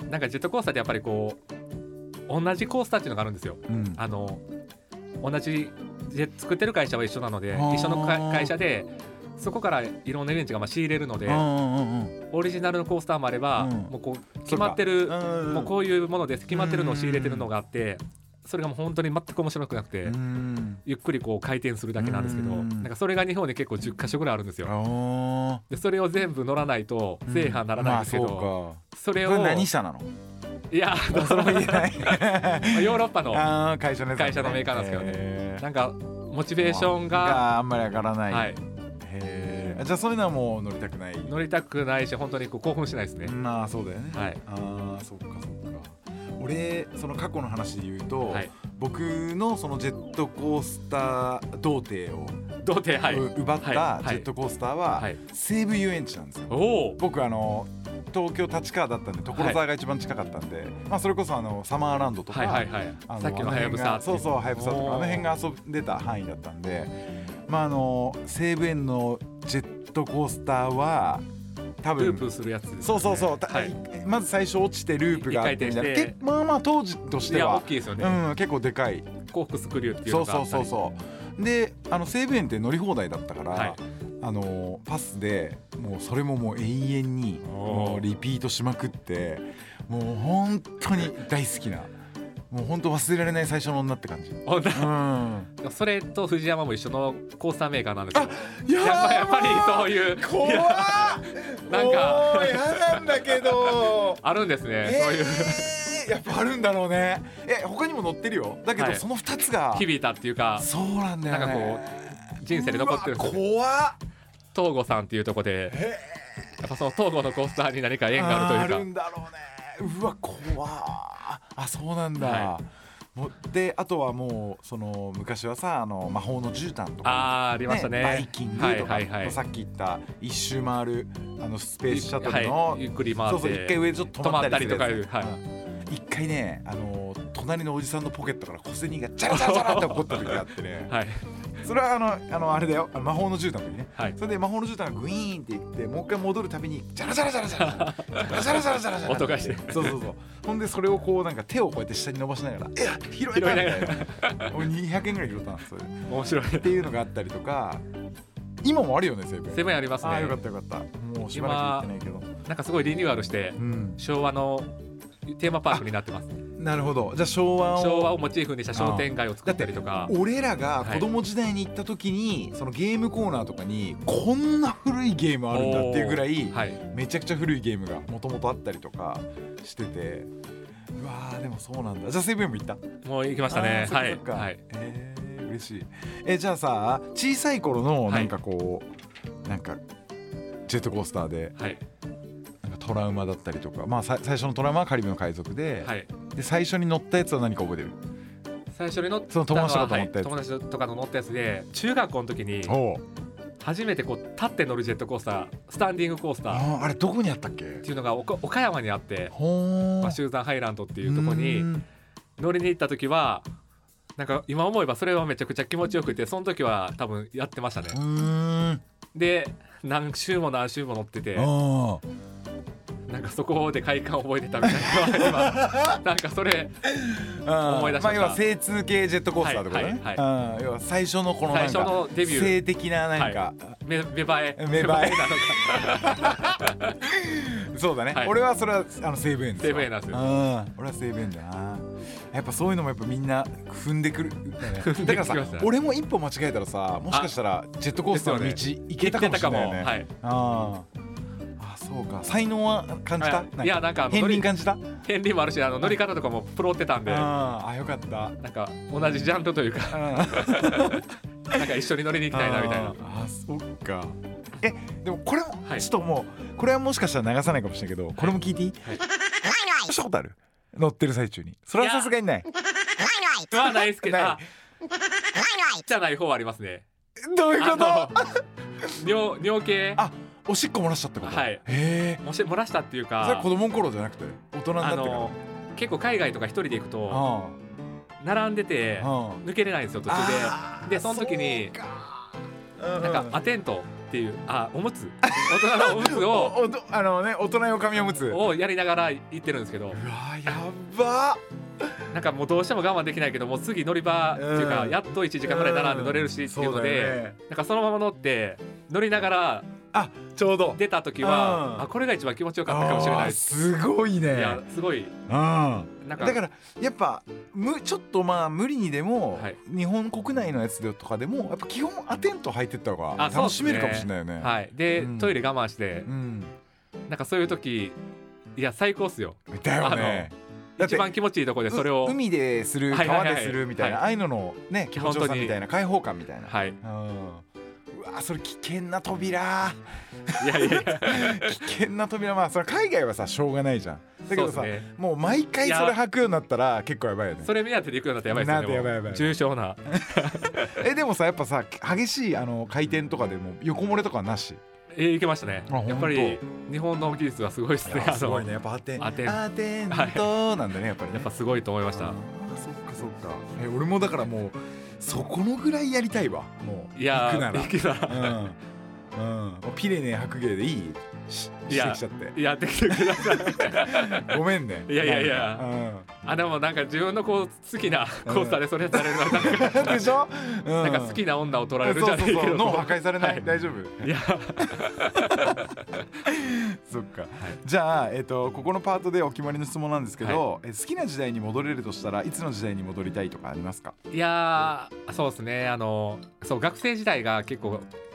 なんかジェットコースターってやっぱりこう同じコースターっていうのがあるんですよ、うん、あの同じ作ってる会社は一緒なので、一緒の会社でそこからいろんなイベントがまあ仕入れるので、オリジナルのコースターもあれば、うん、もうこう決まってる、もうこういうものです決まってるのを仕入れてるのがあって、それがもう本当に全く面白くなくて、ゆっくりこう回転するだけなんですけど、なんかそれが日本で結構じゅっかしょぐらいあるんですよ。でそれを全部乗らないと制覇ならないんですけど、うんまあ、そ, それをこれ何社なの？ いやそれも言えないヨーロッパの会社の会社のメーカーなんですけどね、なんかモチベーションがあんまり上がらない、はい、へじゃあそういうのはもう乗りたくない乗りたくないし、本当にこう興奮しないですね。 まあそうだよね、はい、ああそっかそっか。俺その過去の話で言うと、はい、僕のそのジェットコースター童貞を童貞、はい、 奪ったジェットコースターは、はいはい、西武遊園地なんですよ。お僕あの東京立川だったんで所沢が一番近かったんで、はいまあ、それこそあのサマーランドとか、はいはいはい、 あのさっきのはやぶさそうそうはやぶさとかあの辺が遊んでた範囲だったんで、まああの西武園のジェットコースターは多分ループするやつですね。 そうそうそう、はい、まず最初落ちてループがあってみたいな、まあまあ当時としては大きいですよね、 うん、結構でかいコークスクリューっていうのがあったり、 そうそうそうそうであの西武園って乗り放題だったから、はい、あのパスでもうそれももう永遠にもうリピートしまくって、もう本当に大好きな、もう本当忘れられない最初の女って感じ。うん、 それと藤山も一緒のコースターメーカーなんですよ。 あややっぱりそういう怖っなんかおー嫌なんだけどあるんですね、 えー、 そういうやっぱあるんだろうね。え他にも載ってるよ。だけど、 はいそのふたつが響いたっていうか、 そうなんだよね。 なんかこう人生で残ってるんですよね。 うわ怖っ。 東郷さんっていうところでえやっぱその東郷のコースターに何か縁ー、 があるというかあるんだろうね。うわ怖っ。あそうなんだ、 はもうであとはもうその昔はさあの魔法の絨毯とか、 あーありましたねバイキングとか、 はいはいはいさっき言った一周回るあのスペースシャトルの、 はい、ゆっくり回ってそうそう一回上ちょっと止まったりするやつ止まったりとかいうはいうん一回ねあの隣のおじさんのポケットから小銭がジャラジャラジャラって起こった時があってねはいそれはあのあのあれだよあの魔法の絨毯の時ね、 はいそれで魔法の絨毯がグイーンっていってもう一回戻るたびにジャラジャラジャラジャラジャラジャラジャラジャラジャラジャラ音がしてそうそうそうほんでそれをこうなんか手をこうやって下に伸ばしながらいや拾えたみたいな俺にひゃくえんぐらい拾ったんですそれで面白いっていうのがあったりとか今もあるよねセブンセブンありますね。 あーよかったよかったもうしばらく行ってないけどなんかすごいリニューアルしてうん昭和のテーマパークになってます。 なるほどじゃあ昭和を昭和をモチーフにした商店街を作ったりとか。 俺らが子供時代に行った時に、そのゲームコーナーとかにこんな古いゲームあるんだっていうぐらい、 はい、 めちゃくちゃ古いゲームがもともとあったりとかしててうわーでもそうなんだじゃあセブンも行ったもう行きましたね。 あーはいそっかそっかはい。 えー、嬉しいえじゃあさ小さい頃のなんかこう、なんかジェットコースターではいなんかトラウマだったりとかまあさ最初のトラウマはカリブの海賊で、 はい。 で最初に乗ったやつは何か覚えてる最初に乗ったその友達とかと乗ったやつ、 はい、友達とかと乗ったやつで中学校の時におう初めてこう立って乗るジェットコースタースタンディングコースターっあーあれどこにあったっけていうのが岡岡山にあってほーまあシューザンハイランドっていうところうにん乗りに行った時はなんか今思えばそれはめちゃくちゃ気持ちよくてその時は多分やってましたね。 うーんで何周も何周も乗っててあなんかそこで快感を覚えてたみたいな今なんかそれあ思い出しましたまあ要は精通系ジェットコースターとかね、 はいはうん要は最初のこのなんか最初のデビュー性的ななんか、 芽芽生え芽生えなのかそうだね、 はい俺はそれはあの西武園ですわ西武園なんですようん俺は西武園だなやっぱそういうのもやっぱみんな踏んでくる、 んでだからさきました俺も一歩間違えたらさもしかしたらジェットコースターの道です行けたかもしれないよねはいあーあそうか才能は感じた、 はいいやなんかあの片鱗感じた片鱗もあるしあの乗り方とかもプロってたんでなあーあよかったんか同じジャンルというかなんか一緒に乗りに行きたいなみたいな。 あーあそっかえでもこれもはいちょっともうこれはもしかしたら流さないかもしれないけどこれも聞いていい、 はいしたことある乗ってる最中にそれはさすがにないはないですけどないあじゃない方はありますね。 どういうことあの尿尿系あおしっこ漏らしたってことはいへえもし漏らしたっていうそれはか子供の頃じゃなくて大人になってからあの結構海外とか一人で行くとあ並んでてあああ抜けれないんですよ途中あーで。でその時にそうかなんかアテントっていうあおむつ大人のおむつおをおとあのね大人用紙おむつうわをやりながら行ってるんですけどやばなんかもうどうしても我慢できないけどもう次乗り場っていうかうんやっといちじかんぐらい並んで乗れるしっていうのそうだよでねなんかそのまま乗って乗りながらあちょうど出た時うんはあこれが一番気持ちよかったかもしれないあーです。 すごいねいやすごいうんなんかだからやっぱむちょっとまあ無理にでも、 はい日本国内のやつでとかでもやっぱ基本アテント履いてった方があそうっすね楽しめるかもしれないよね。 はいで、 うんトイレ我慢してうん、 なんかそういう時いや最高っすよ。 だよね。だって一番気持ちいいところでそれをう海でするはいはいはい川でするみたいな、 はいああいうののね気持ちよさ本当にみたいな開放感みたいな。 はいうんうわそれ危険な扉いやいやいや危険な扉まあそれ海外はさしょうがないじゃんだけどさ、 そうですねもう毎回それ履くようになったら結構やばいよね。 それ目当てで行くようになったらやばいですよね。 なんてやばいやばいもう重症なえでもさやっぱさ激しいあの回転とかでも横漏れとかはなし。 えー、いけましたねあ。 やっぱり日本の技術はすごいですね。あのすごいねやっぱアテンアテンアテントなんだねやっぱりね。 やっぱすごいと思いましたあー。そっかそっかえ俺もだからもうそこのぐらいやりたいわもういや行くならー行くならうんうんもうピレネ白芸でいいしいやしてきちゃってやってきてください。 ごめんねいやいやいやうんあでもなんか自分のこう好きなコースターでそれされるのはなんかでしょ、うん、 なんか好きな女を取られるじそうそうゃないけどそう脳破壊されない、 はい大丈夫いやそっか、じゃあ、えっとここのパートでお決まりの質問なんですけど、え好きな時代に戻れるとしたらいつの時代に戻りたいとかありますか？ いやーそうですねあのそう学生時代が結構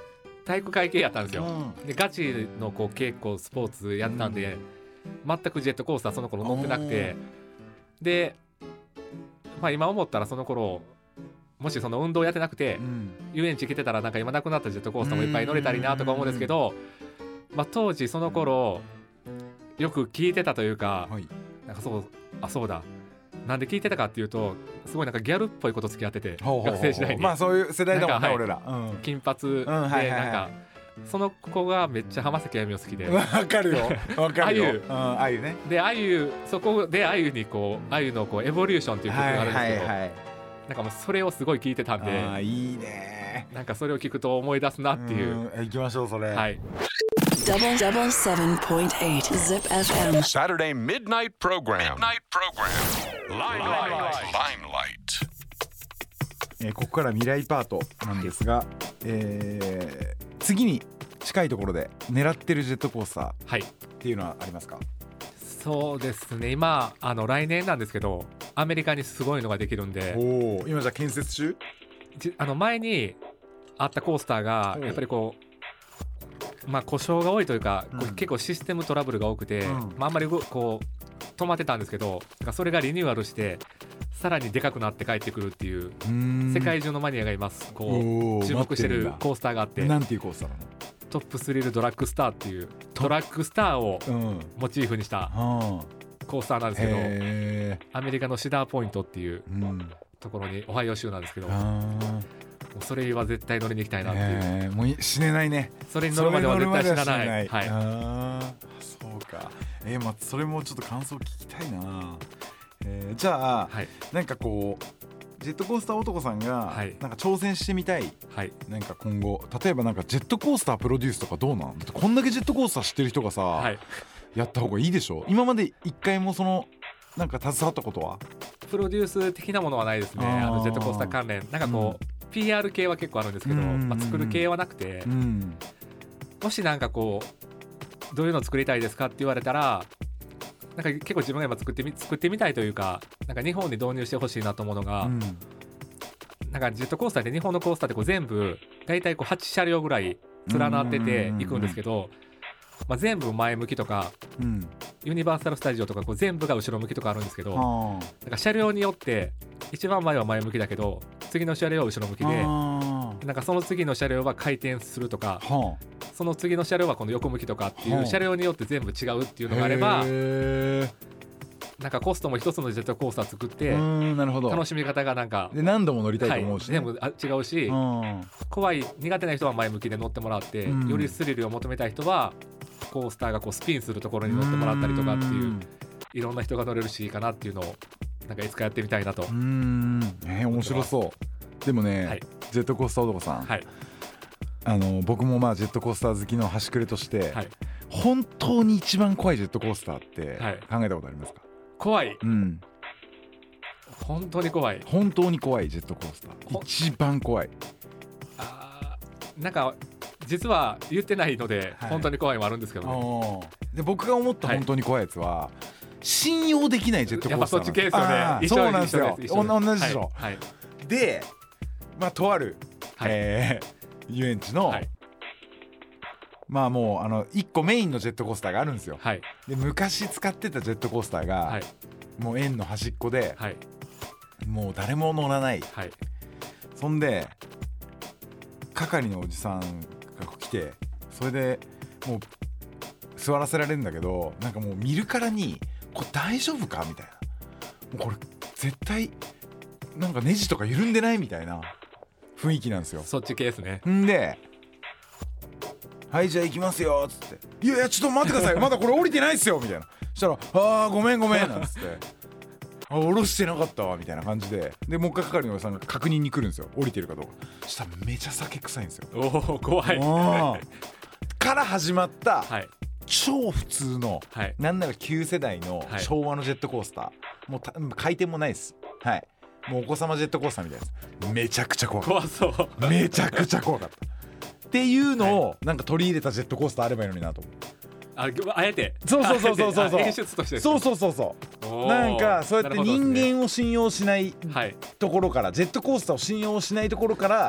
体育会系やったんですよ、 うんでガチのこう結構スポーツやったんで、全くジェットコースターその頃乗ってなくて、で、まあ、今思ったらその頃もしその運動やってなくて、 うん、 遊園地来てたらなんか今なくなったジェットコースターもいっぱい乗れたりなとか思うんですけど、まあ、当時その頃よく聞いてたというか、 はい、 なんかそうあそうだなんで聞いてたかっていうと、すごいなんかギャルっぽいこと付き合ってて、 ほうほうほう学生時代に、 まあそういう世代だもんね、 なんかはい俺ら、うん、 金髪でうんはいはいはいなんかその子がめっちゃ浜崎あゆみを好きで、 わかるよわかるよあゆうんあゆね、 であゆそこであゆにこうあゆのこうエボリューションっていう曲があるんですけど、 はいはいはい、 なんかもうそれをすごい聞いてたんで、 あーいいねなんかそれを聞くと思い出すなっていう、 うん行きましょうそれ、 はい、 Double double seven point eight Zip エフエム Saturday midnight program. Midnight program. Limelight. Limelight. えーここから未来パートなんですが、えー次に近いところで狙ってるジェットコースターっはい、 ていうのはありますか？ そうですね。今あの来年なんですけど、アメリカにすごいのができるんで、 おお、今じゃあ建設中？ じあの前にあったコースターがおうやっぱりこう、まあ、故障が多いというか、こううん結構システムトラブルが多くて、 うんまあ、あんまりごこう止まってたんですけど、なんかそれがリニューアルしてさらにでかくなって帰ってくるっていう、 うーん世界中のマニアがいますこおーう注目してる待ってコースターがあって、 なんていうコースターなトップスリルドラッグスターっていうトドラッグスターをの？うんモチーフにしたはコースターなんあですけど、 へアメリカのシダーポイントっていうーうんところにオハイオ州なんですけど、もあうそれは絶対乗りに行きたいなっていう、 ーもうい死ねないね。 それに乗るまでは絶対死なそれない。 乗るまでは死ねはい、 あーそうか。えー、まあそれもちょっと感想聞きたいな。えー、じゃあ、 はい、 なんかこうジェットコースター男さんがはいなんか挑戦してみたい、 はい、 なんか今後例えばなんかジェットコースタープロデュースとかどうなん？こんだけジェットコースター知ってる人がさ、 はい、 やった方がいいでしょ。今まで一回もそのなんか携わったことは？ プロデュース的なものはないですね。 あーあのジェットコースター関連なんかこう、うん、ピーアール 系は結構あるんですけど、 うんまあ、作る系はなくて、 うん、 もしなんかこうどういうの作りたいですかって言われたら、なんか結構自分が今作ってみ作ってみたいというか、なんか日本に導入してほしいなと思うのが、 うん、 なんかジェットコースターって日本のコースターってこう全部大体こうはち車両ぐらい連なってていくんですけど、まあ、全部前向きとか、 うん、 ユニバーサルスタジオとかこう全部が後ろ向きとかあるんですけど、 はなんか車両によって一番前は前向きだけど次の車両は後ろ向きあで、 はなんかその次の車両は回転するとか、 あはその次の車両はこの横向きとかっていはあう車両によって全部違うっていうのがあれば、 へなんかコストも一つのジェットコースター作ってーうーんなるほど。 楽しみ方がなんか、 で何度も乗りたいはいと思うし、ね、 全部あ違うし、 うん怖い苦手な人は前向きで乗ってもらって、 うんよりスリルを求めたい人はコースターがこうスピンするところに乗ってもらったりとかっていう、いろんな人が乗れるしいいかなっていうのをなんかいつかやってみたいなと。 うーんえー面白そう。でもね、 はい、 ジェットコースター男さん、 はい、 あの僕もまあジェットコースター好きの端くれとして、 はい、 本当に一番怖いジェットコースターってはい考えたことありますか？ 怖い、 うん本当に怖い。 本当に怖いジェットコースターほ一番怖い。 あーなんか実は言ってないので、 はい本当に怖いのもあるんですけど、ね、 で僕が思った本当に怖いやつは、信用できないジェットコースターやっぱそっち系ですよね。 あー一緒そうなんですよ。 一緒お同じでしょ、 はいはいでまあとある、 はいえー遊園地の、 はいまあもうあのいっこメインのジェットコースターがあるんですよ。 はいで昔使ってたジェットコースターが、 はいもう園の端っこで、 はいもう誰も乗らない。 はいそんで係のおじさんが来て、それでもう座らせられるんだけど、なんかもう見るからにこれ大丈夫かみたいな、もうこれ絶対なんかネジとか緩んでないみたいな雰囲気なんですよ。 そっち系ですね。 んではいじゃあ行きますよっつって、いやいやちょっと待ってくださいまだこれ降りてないっすよみたいな。そしたらあーごめんごめんなんつってあ降ろしてなかったわみたいな感じで、でもう一回係のおじさんが確認に来るんですよ、降りてるかどうか。そしたらめちゃ酒臭いんですよ。 おお怖い。 あーから始まったはい超普通の、 はいなんなら旧世代のはい昭和のジェットコースター、もうた回転もないです。はい、もうお子様ジェットコースターみたいです。めちゃくちゃ怖かっ怖そう。 ためちゃくちゃ怖かったっていうのをなんか取り入れたジェットコースターあればいいのになと思う。 ああえてそうそうそうそうそうそうあ演出としてそうそうそうそうおーなんかそうやって人なるほどですね間を信用しないはいところから、ジェットコースターを信用しないところから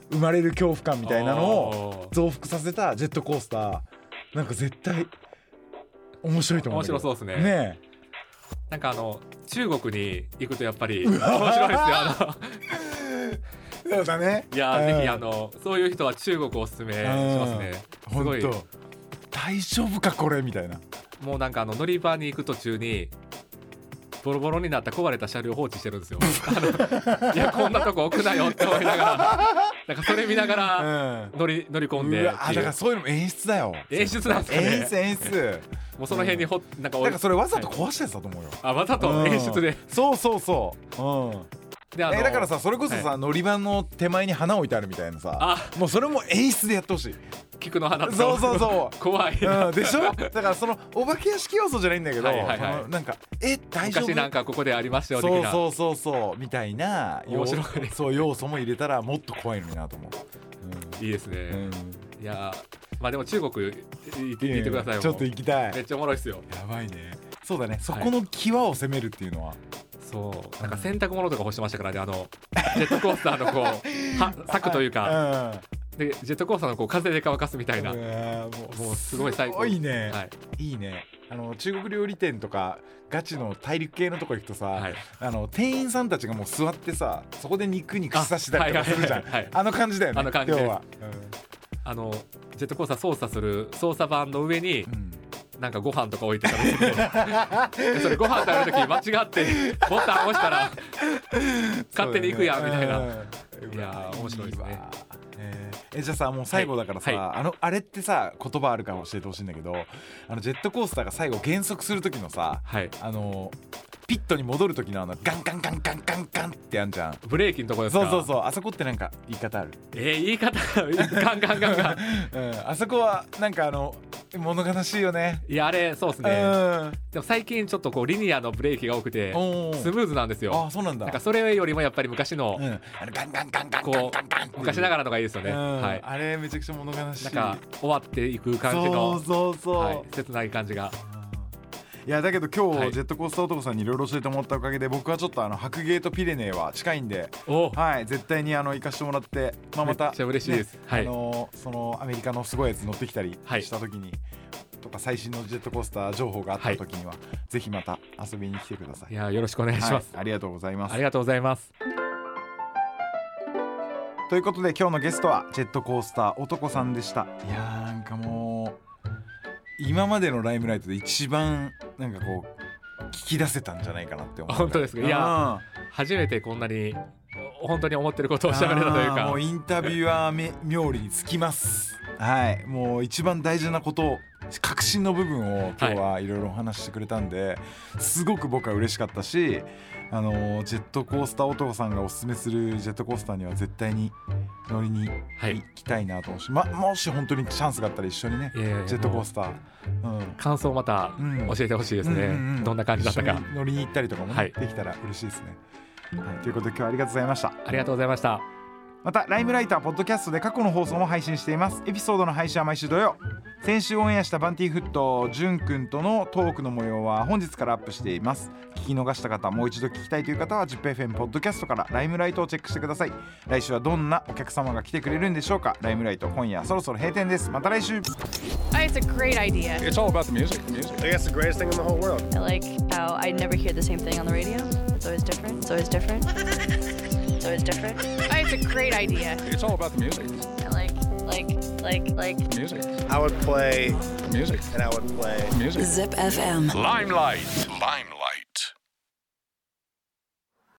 生まれる恐怖感みたいなのをおー増幅させたジェットコースター、なんか絶対面白いと思うんだけど。 面白そうですねねなんかあの中国に行くとやっぱり面白いですよあえそうだね。 のいやうんぜひあのそういう人は中国おすすめしますね。すごい本当大丈夫かこれみたいな。 もうなんかあの乗り場に行く途中にボロボロになった壊れた車両放置してるんですよあのいやこんなとこ置くなよって思いながらなんかそれ見ながらうん乗り乗り込んでうわっていうだからそういうのも演出だよ。 演出なんですかね演出演出。 もうその辺にほなんかだからそれわざとはい壊したやつだと思うよ。 あわざと演出でうんそうそうそう。うん。 であのえだからさそれこそさ、 は乗り場の手前に花置いてあるみたいなさ、 あもうそれも演出でやってほしい。 菊の花とそうそうそう怖いうん、でしょ。だからそのお化け屋敷要素じゃないんだけど、 はいはいはいそのなんかえ大丈夫昔なんかここでありましたよ的なそうそうそうそうみたいな面白い要そう要素も入れたらもっと怖いのになと思う。 いいですね、 うんうんいやまあでも中国行って行ってくださいよ。 ちょっと行きたい。 めっちゃおもろいっすよ。 やばいね。そうだね。そこの際を攻めるっていうのは、 そうなんか洗濯物とか干してましたからねあのジェットコースターのこうは柵というかでジェットコースターのこう風で乾かすみたいな、 うん、もうもうすごい最高。 すごいね、 はいいいね。あの中国料理店とかガチの大陸系のとこ行くとさ、 はいあの店員さんたちがもう座ってさそこで肉に串刺したりとかするじゃん。 はいはいはいはいあの感じだよね。 あの感じです要は、 あのジェットコースター操作する操作盤の上にうんうんなんかご飯とか置いてたりするでそれご飯食べるとき間違ってボタン押したら勝手に行くやんみたいな。 うんいやー面白いですねわえーえじゃあさもう最後だからさ、 はいはいあのあれってさ言葉あるから教えてほしいんだけど、あのジェットコースターが最後減速する時のさ、 はいあのピットに戻る時のあのガンガンガンガンガンガンってやんじゃん。 ブレーキのとこですか。 そうそうそうあそこってなんか言い方ある。 えー、言い方ガンガンガンガンうん、あそこはなんかあの物悲しいよね。 いやあれそうですうね。 んでも最近ちょっとこうリニアのブレーキが多くておースムーズなんですよ。 あそうなんだ。 なんかそれよりもやっぱり昔のうん、あのガンガンガンガンガンこガンガンガンう昔ながらのがいいですよね。 うんはい。 あれめちゃくちゃ物悲しい。 なんか終わっていく感じのそうそうそう、 はい、切ない感じが。 いやだけど今日、 はいジェットコースター男さんにいろいろ教えてもらったおかげで僕はちょっとあの白ゲーとピレネーは近いんで、 おはい絶対にあの行かしてもらって、まあ、まためっちゃ嬉しいですねはいあのそのアメリカのすごいやつ乗ってきたりはいした時に、とか最新のジェットコースター情報があった時には、ぜひまた遊びに来てください。 いやよろしくお願いします。 はい、ありがとうございますあり。がとうございます。 ということで今日のゲストはジェットコースター男さんでした。いやーなんかもう今までのライムライトで一番なんかこう聞き出せたんじゃないかなって思う。 本当ですか。いや初めてこんなに本当に思ってることを喋れたというか。 あーもうインタビュアーめ冥利につきます。はいもう一番大事なことを確信の部分を今日はいろいろお話してくれたんで、すごく僕は嬉しかったし、あのージェットコースター男さんがおすすめするジェットコースターには絶対に乗りにはい行きたいなと思うし、ま、もし本当にチャンスがあったら一緒にねいやいやいやジェットコースター、うん感想をまたうん教えてほしいですね、 うんうんうんどんな感じだったか一緒に乗りに行ったりとかもね、 はいできたら嬉しいですね、はい、ということで今日はありがとうございました。 ありがとうございました。 またライムライターポッドキャストで過去の放送も配信しています。エピソードの配信は毎週土曜。先週オンエアしたバンティーフットジュン君とのトークの模様は本日からアップしています。聞き逃した方もう一度聞きたいという方は ジップエフエム ポッドキャストからライムライトをチェックしてください。来週はどんなお客様が来てくれるんでしょうか。ライムライト今夜そろそろ閉店です。また来週。 It's a great idea. It's all about the music. The music. I guess the greatest thing in the whole world. I like how I never hear the same thing on the radio. It's always different. It's always different. It's always different. It's a great idea. It's all about the music. I like, like, like, like. Music. I would play Music. and I would play. Music. Zip エフエム. Limelight.